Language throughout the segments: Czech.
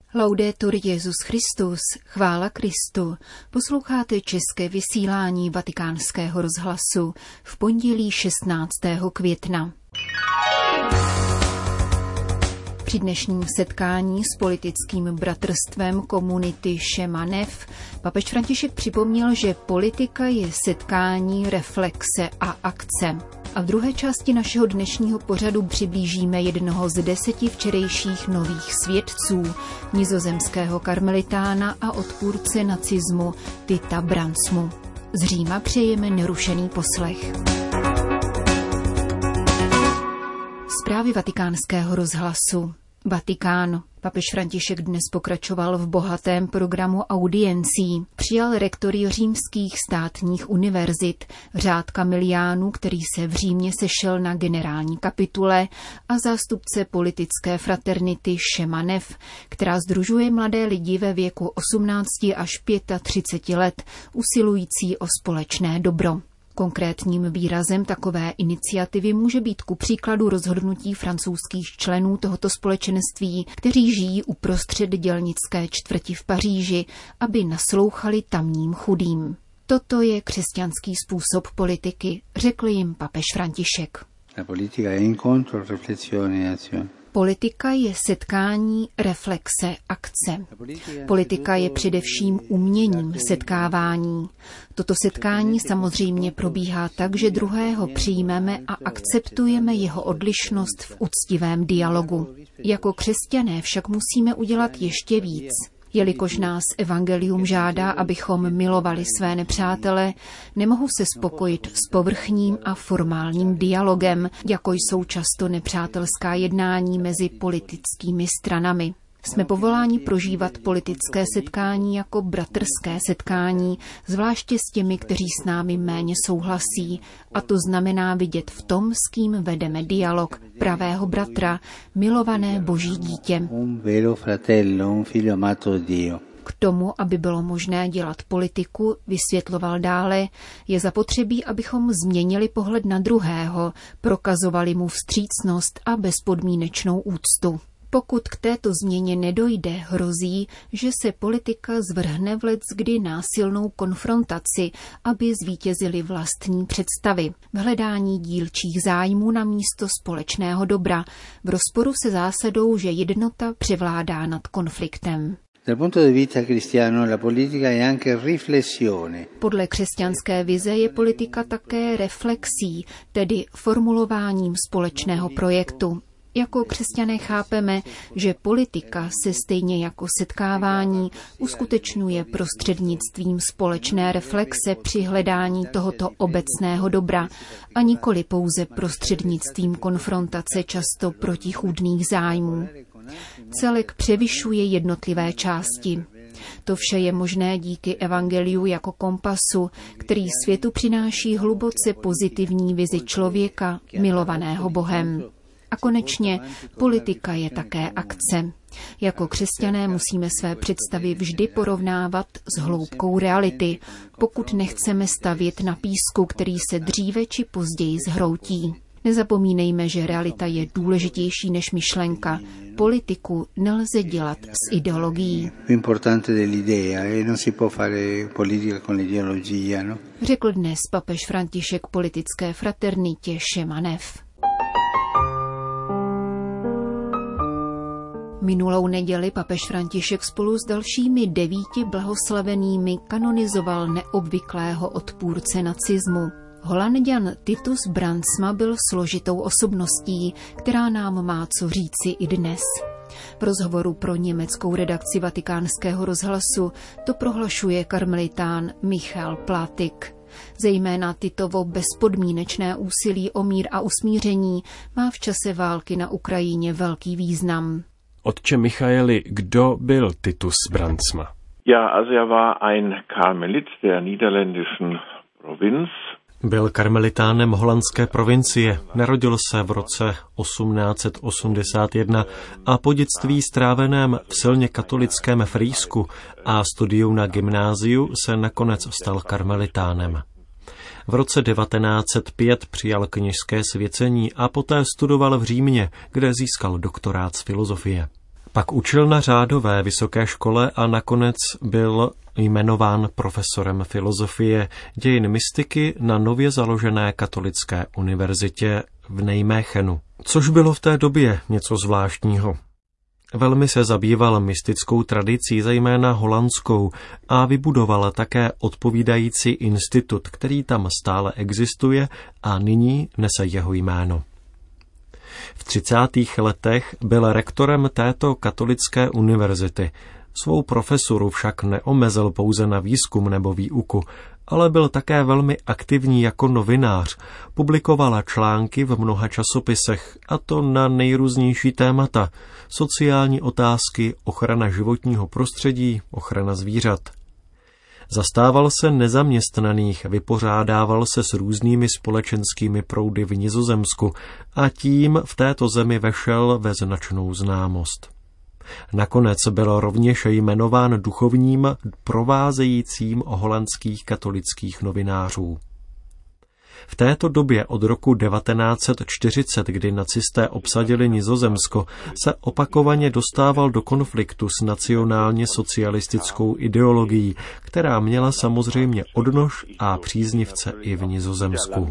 Laudetur Jesus Christus, chvála Kristu. Posloucháte české vysílání Vatikánského rozhlasu v pondělí 16. května. Při dnešním setkání s politickým bratrstvem komunity Šemanev papež František připomněl, že politika je setkání, reflexe a akce. A v druhé části našeho dnešního pořadu přiblížíme jednoho z 10 včerejších nových svědců, nizozemského karmelitána a odpůrce nacismu Tita Bransmu. Z Říma přejeme nerušený poslech. Zprávy Vatikánského rozhlasu. Vatikán. Papež František dnes pokračoval v bohatém programu audiencí. Přijal rektory římských státních univerzit, řád kamiliánů, který se v Římě sešel na generální kapitule, a zástupce politické fraternity Šemanev, která sdružuje mladé lidi ve věku 18 až 35 let, usilující o společné dobro. Konkrétním výrazem takové iniciativy může být ku příkladu rozhodnutí francouzských členů tohoto společenství, kteří žijí uprostřed dělnické čtvrti v Paříži, aby naslouchali tamním chudým. Toto je křesťanský způsob politiky, řekl jim papež František. Politika je setkání, reflexe, akce. Politika je především uměním setkávání. Toto setkání samozřejmě probíhá tak, že druhého přijmeme a akceptujeme jeho odlišnost v úctivém dialogu. Jako křesťané však musíme udělat ještě víc. Jelikož nás evangelium žádá, abychom milovali své nepřátele, nemohu se spokojit s povrchním a formálním dialogem, jako jsou často nepřátelská jednání mezi politickými stranami. Jsme povoláni prožívat politické setkání jako bratrské setkání, zvláště s těmi, kteří s námi méně souhlasí, a to znamená vidět v tom, s kým vedeme dialog, pravého bratra, milované Boží dítě. K tomu, aby bylo možné dělat politiku, vysvětloval dále, je zapotřebí, abychom změnili pohled na druhého, prokazovali mu vstřícnost a bezpodmínečnou úctu. Pokud k této změně nedojde, hrozí, že se politika zvrhne v leckdy násilnou konfrontaci, aby zvítězily vlastní představy, v hledání dílčích zájmů na místo společného dobra, v rozporu se zásadou, že jednota převládá nad konfliktem. Podle křesťanské vize je politika také reflexí, tedy formulováním společného projektu. Jako křesťané chápeme, že politika se stejně jako setkávání uskutečňuje prostřednictvím společné reflexe při hledání tohoto obecného dobra a nikoli pouze prostřednictvím konfrontace často protichůdných zájmů. Celek převyšuje jednotlivé části. To vše je možné díky evangeliu jako kompasu, který světu přináší hluboce pozitivní vizi člověka, milovaného Bohem. A konečně politika je také akce. Jako křesťané musíme své představy vždy porovnávat s hloubkou reality, pokud nechceme stavět na písku, který se dříve či později zhroutí. Nezapomínejme, že realita je důležitější než myšlenka. Politiku nelze dělat s ideologií. Řekl dnes papež František politické fraternitě Šemanev. Minulou neděli papež František spolu s dalšími 9 blahoslavenými kanonizoval neobvyklého odpůrce nacismu. Holanďan Titus Bransma byl složitou osobností, která nám má co říci i dnes. V rozhovoru pro německou redakci Vatikánského rozhlasu to prohlašuje karmelitán Michal Plátik. Zejména Titovo bezpodmínečné úsilí o mír a usmíření má v čase války na Ukrajině velký význam. Otče Michaeli, kdo byl Titus Bransma? Er war ein Karmelit der niederländischen Provinz. Byl karmelitánem holandské provincie, narodil se v roce 1881 a po dětství stráveném v silně katolickém Frýsku a studiu na gymnáziu se nakonec stal karmelitánem. V roce 1905 přijal kněžské svěcení a poté studoval v Římě, kde získal doktorát z filozofie. Pak učil na řádové vysoké škole a nakonec byl jmenován profesorem filozofie dějin mystiky na nově založené katolické univerzitě v Nijmegenu, což bylo v té době něco zvláštního. Velmi se zabýval mystickou tradicí, zejména holandskou, a vybudoval také odpovídající institut, který tam stále existuje a nyní nese jeho jméno. V 30. letech byl rektorem této katolické univerzity. Svou profesuru však neomezil pouze na výzkum nebo výuku, ale byl také velmi aktivní jako novinář. Publikovala články v mnoha časopisech, a to na nejrůznější témata: sociální otázky, ochrana životního prostředí, ochrana zvířat. Zastával se nezaměstnaných, vypořádával se s různými společenskými proudy v Nizozemsku a tím v této zemi vešel ve značnou známost. Nakonec byl rovněž jmenován duchovním provázejícím holandských katolických novinářů. V této době od roku 1940, kdy nacisté obsadili Nizozemsko, se opakovaně dostával do konfliktu s nacionálně socialistickou ideologií, která měla samozřejmě odnož a příznivce i v Nizozemsku.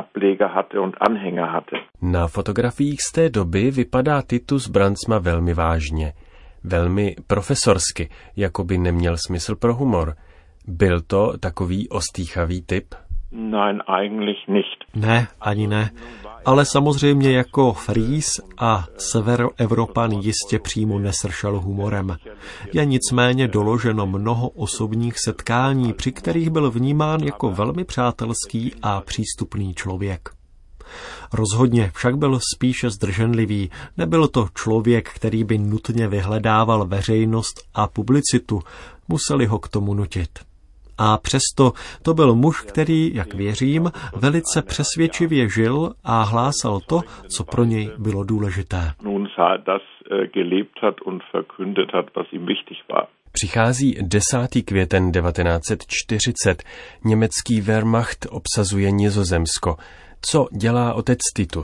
Na fotografiích z té doby vypadá Titus Brandsma velmi vážně, velmi profesorsky, jako by neměl smysl pro humor. Byl to takový ostýchavý typ? Nein, eigentlich nicht. Ne, ani ne. Ale samozřejmě jako Fries a Severoevropan jistě přímo nesršel humorem. Je nicméně doloženo mnoho osobních setkání, při kterých byl vnímán jako velmi přátelský a přístupný člověk. Rozhodně však byl spíše zdrženlivý, nebyl to člověk, který by nutně vyhledával veřejnost a publicitu, museli ho k tomu nutit. A přesto to byl muž, který, jak věřím, velice přesvědčivě žil a hlásal to, co pro něj bylo důležité. Přichází 10. květen 1940. Německý Wehrmacht obsazuje Nizozemsko. Co dělá otec Titus?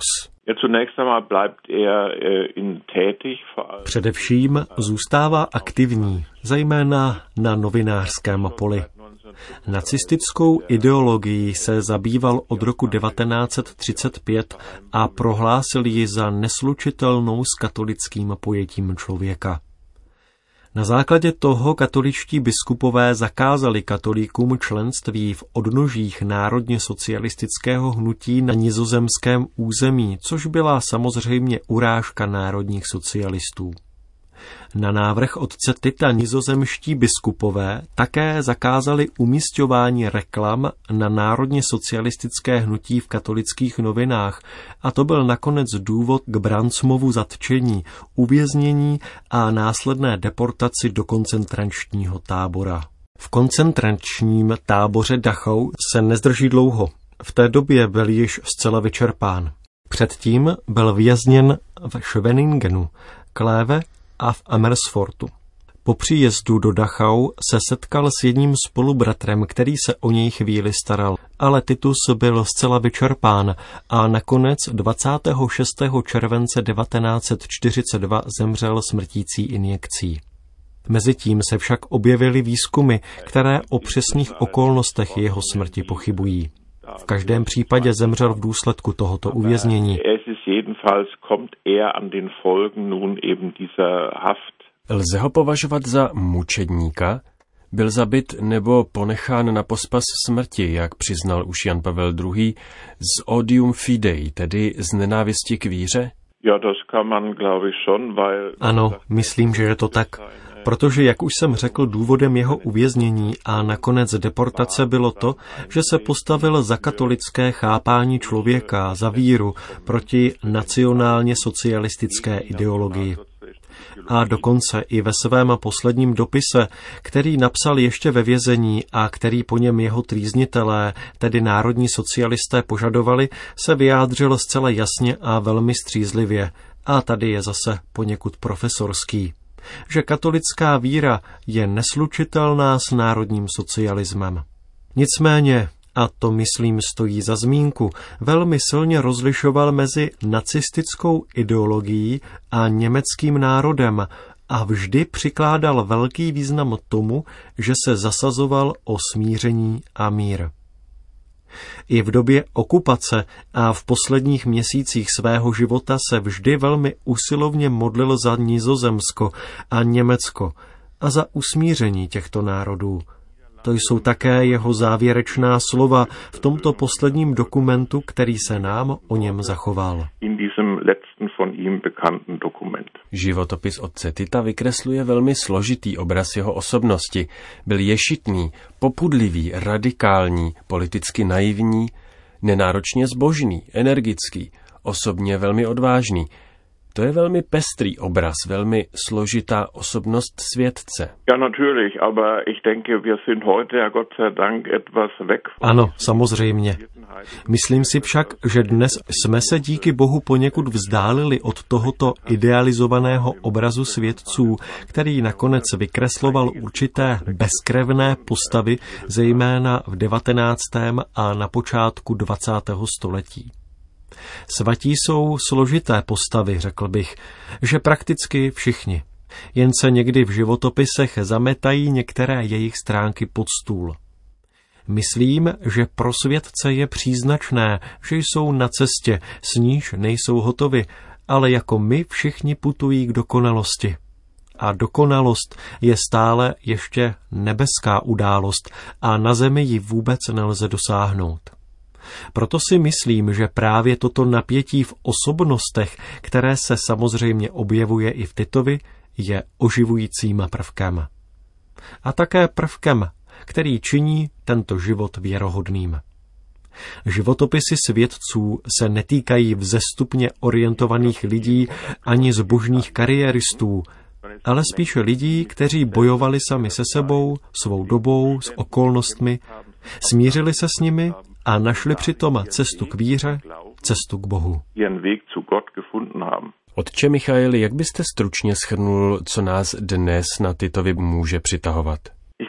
Především zůstává aktivní, zejména na novinářském poli. Nacistickou ideologií se zabýval od roku 1935 a prohlásil ji za neslučitelnou s katolickým pojetím člověka. Na základě toho katoličtí biskupové zakázali katolíkům členství v odnožích národně socialistického hnutí na nizozemském území, což byla samozřejmě urážka národních socialistů. Na návrh otce Tita nizozemští biskupové také zakázali umísťování reklam na národně socialistické hnutí v katolických novinách a to byl nakonec důvod k Brandsmovu zatčení, uvěznění a následné deportaci do koncentračního tábora. V koncentračním táboře Dachau se nezdrží dlouho. V té době byl již zcela vyčerpán. Předtím byl vězněn v Schweningenu, Kleve a v Amersfortu. Po příjezdu do Dachau se setkal s jedním spolubratrem, který se o něj chvíli staral, ale Titus byl zcela vyčerpán a nakonec 26. července 1942 zemřel smrtící injekcí. Mezitím se však objevily výzkumy, které o přesných okolnostech jeho smrti pochybují. V každém případě zemřel v důsledku tohoto uvěznění. Lze ho považovat za mučedníka? Byl zabit nebo ponechán na pospas smrti, jak přiznal už Jan Pavel II. Z odium fidei, tedy z nenávisti k víře? Ano, myslím, že je to tak. Protože, jak už jsem řekl, důvodem jeho uvěznění a nakonec deportace bylo to, že se postavil za katolické chápání člověka, za víru, proti nacionálně socialistické ideologii. A dokonce i ve svém posledním dopise, který napsal ještě ve vězení a který po něm jeho trýznitelé, tedy národní socialisté, požadovali, se vyjádřil zcela jasně a velmi střízlivě. A tady je zase poněkud profesorský, že katolická víra je neslučitelná s národním socialismem. Nicméně, a to myslím stojí za zmínku, velmi silně rozlišoval mezi nacistickou ideologií a německým národem a vždy přikládal velký význam tomu, že se zasazoval o smíření a mír. I v době okupace a v posledních měsících svého života se vždy velmi usilovně modlil za Nizozemsko a Německo a za usmíření těchto národů. To jsou také jeho závěrečná slova v tomto posledním dokumentu, který se nám o něm zachoval. Životopis otce Tita vykresluje velmi složitý obraz jeho osobnosti. Byl ješitný, popudlivý, radikální, politicky naivní, nenáročně zbožný, energický, osobně velmi odvážný. To je velmi pestrý obraz, velmi složitá osobnost světce. Ano, samozřejmě. Myslím si však, že dnes jsme se díky Bohu poněkud vzdálili od tohoto idealizovaného obrazu světců, který nakonec vykresloval určité bezkrevné postavy, zejména v 19. a na počátku 20. století. Svatí jsou složité postavy, řekl bych, že prakticky všichni. Jen se někdy v životopisech zametají některé jejich stránky pod stůl. Myslím, že pro světce je příznačné, že jsou na cestě, s níž nejsou hotovi, ale jako my všichni putují k dokonalosti. A dokonalost je stále ještě nebeská událost a na zemi ji vůbec nelze dosáhnout. Proto si myslím, že právě toto napětí v osobnostech, které se samozřejmě objevuje i v Titovi, je oživujícím prvkem. A také prvkem, který činí tento život věrohodným. Životopisy světců se netýkají vzestupně orientovaných lidí ani zbožných kariéristů, ale spíše lidí, kteří bojovali sami se sebou, svou dobou, s okolnostmi, smířili se s nimi a našli přitom cestu k víře, cestu k Bohu. Otče Michaeli, jak byste stručně shrnul, co nás dnes na Titovi může přitahovat?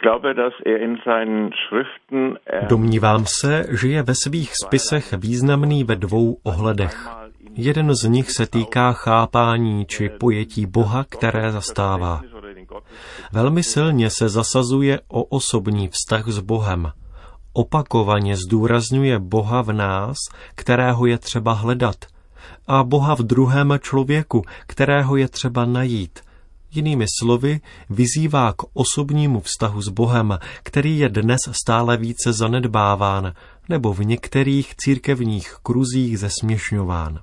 Domnívám se, že je ve svých spisech významný ve dvou ohledech. Jeden z nich se týká chápání či pojetí Boha, které zastává. Velmi silně se zasazuje o osobní vztah s Bohem. Opakovaně zdůrazňuje Boha v nás, kterého je třeba hledat, a Boha v druhém člověku, kterého je třeba najít. Jinými slovy, vyzývá k osobnímu vztahu s Bohem, který je dnes stále více zanedbáván nebo v některých církevních kruzích zesměšňován.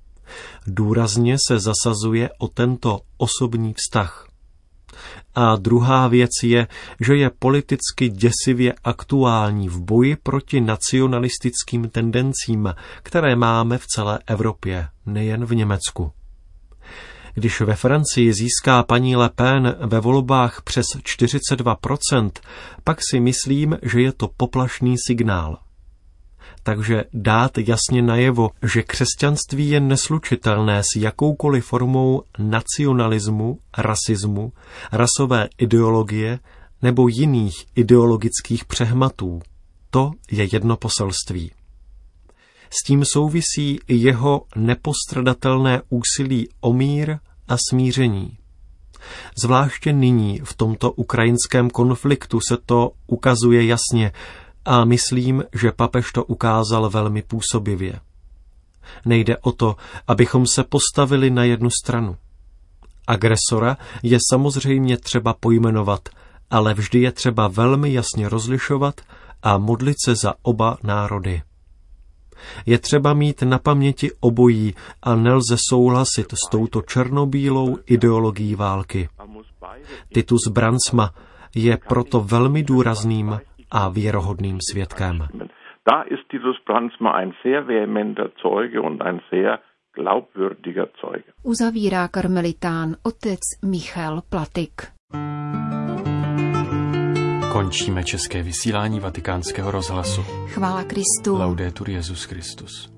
Důrazně se zasazuje o tento osobní vztah. A druhá věc je, že je politicky děsivě aktuální v boji proti nacionalistickým tendencím, které máme v celé Evropě, nejen v Německu. Když ve Francii získá paní Le Pen ve volbách přes 42%, pak si myslím, že je to poplašný signál. Takže dát jasně najevo, že křesťanství je neslučitelné s jakoukoliv formou nacionalismu, rasismu, rasové ideologie nebo jiných ideologických přehmatů. To je jedno poselství. S tím souvisí i jeho nepostradatelné úsilí o mír a smíření. Zvláště nyní v tomto ukrajinském konfliktu se to ukazuje jasně a myslím, že papež to ukázal velmi působivě. Nejde o to, abychom se postavili na jednu stranu. Agresora je samozřejmě třeba pojmenovat, ale vždy je třeba velmi jasně rozlišovat a modlit se za oba národy. Je třeba mít na paměti obojí a nelze souhlasit s touto černobílou ideologií války. Titus Brandsma je proto velmi důrazným a věrohodným svědkem. Da ist Titus Brandsma ein sehr vehementer Zeuge und ein sehr glaubwürdiger Zeuge. Uzavírá karmelitán otec Michal Platik. Končíme české vysílání Vatikánského rozhlasu. Chvála Kristu. Laudetur Jesus Christus.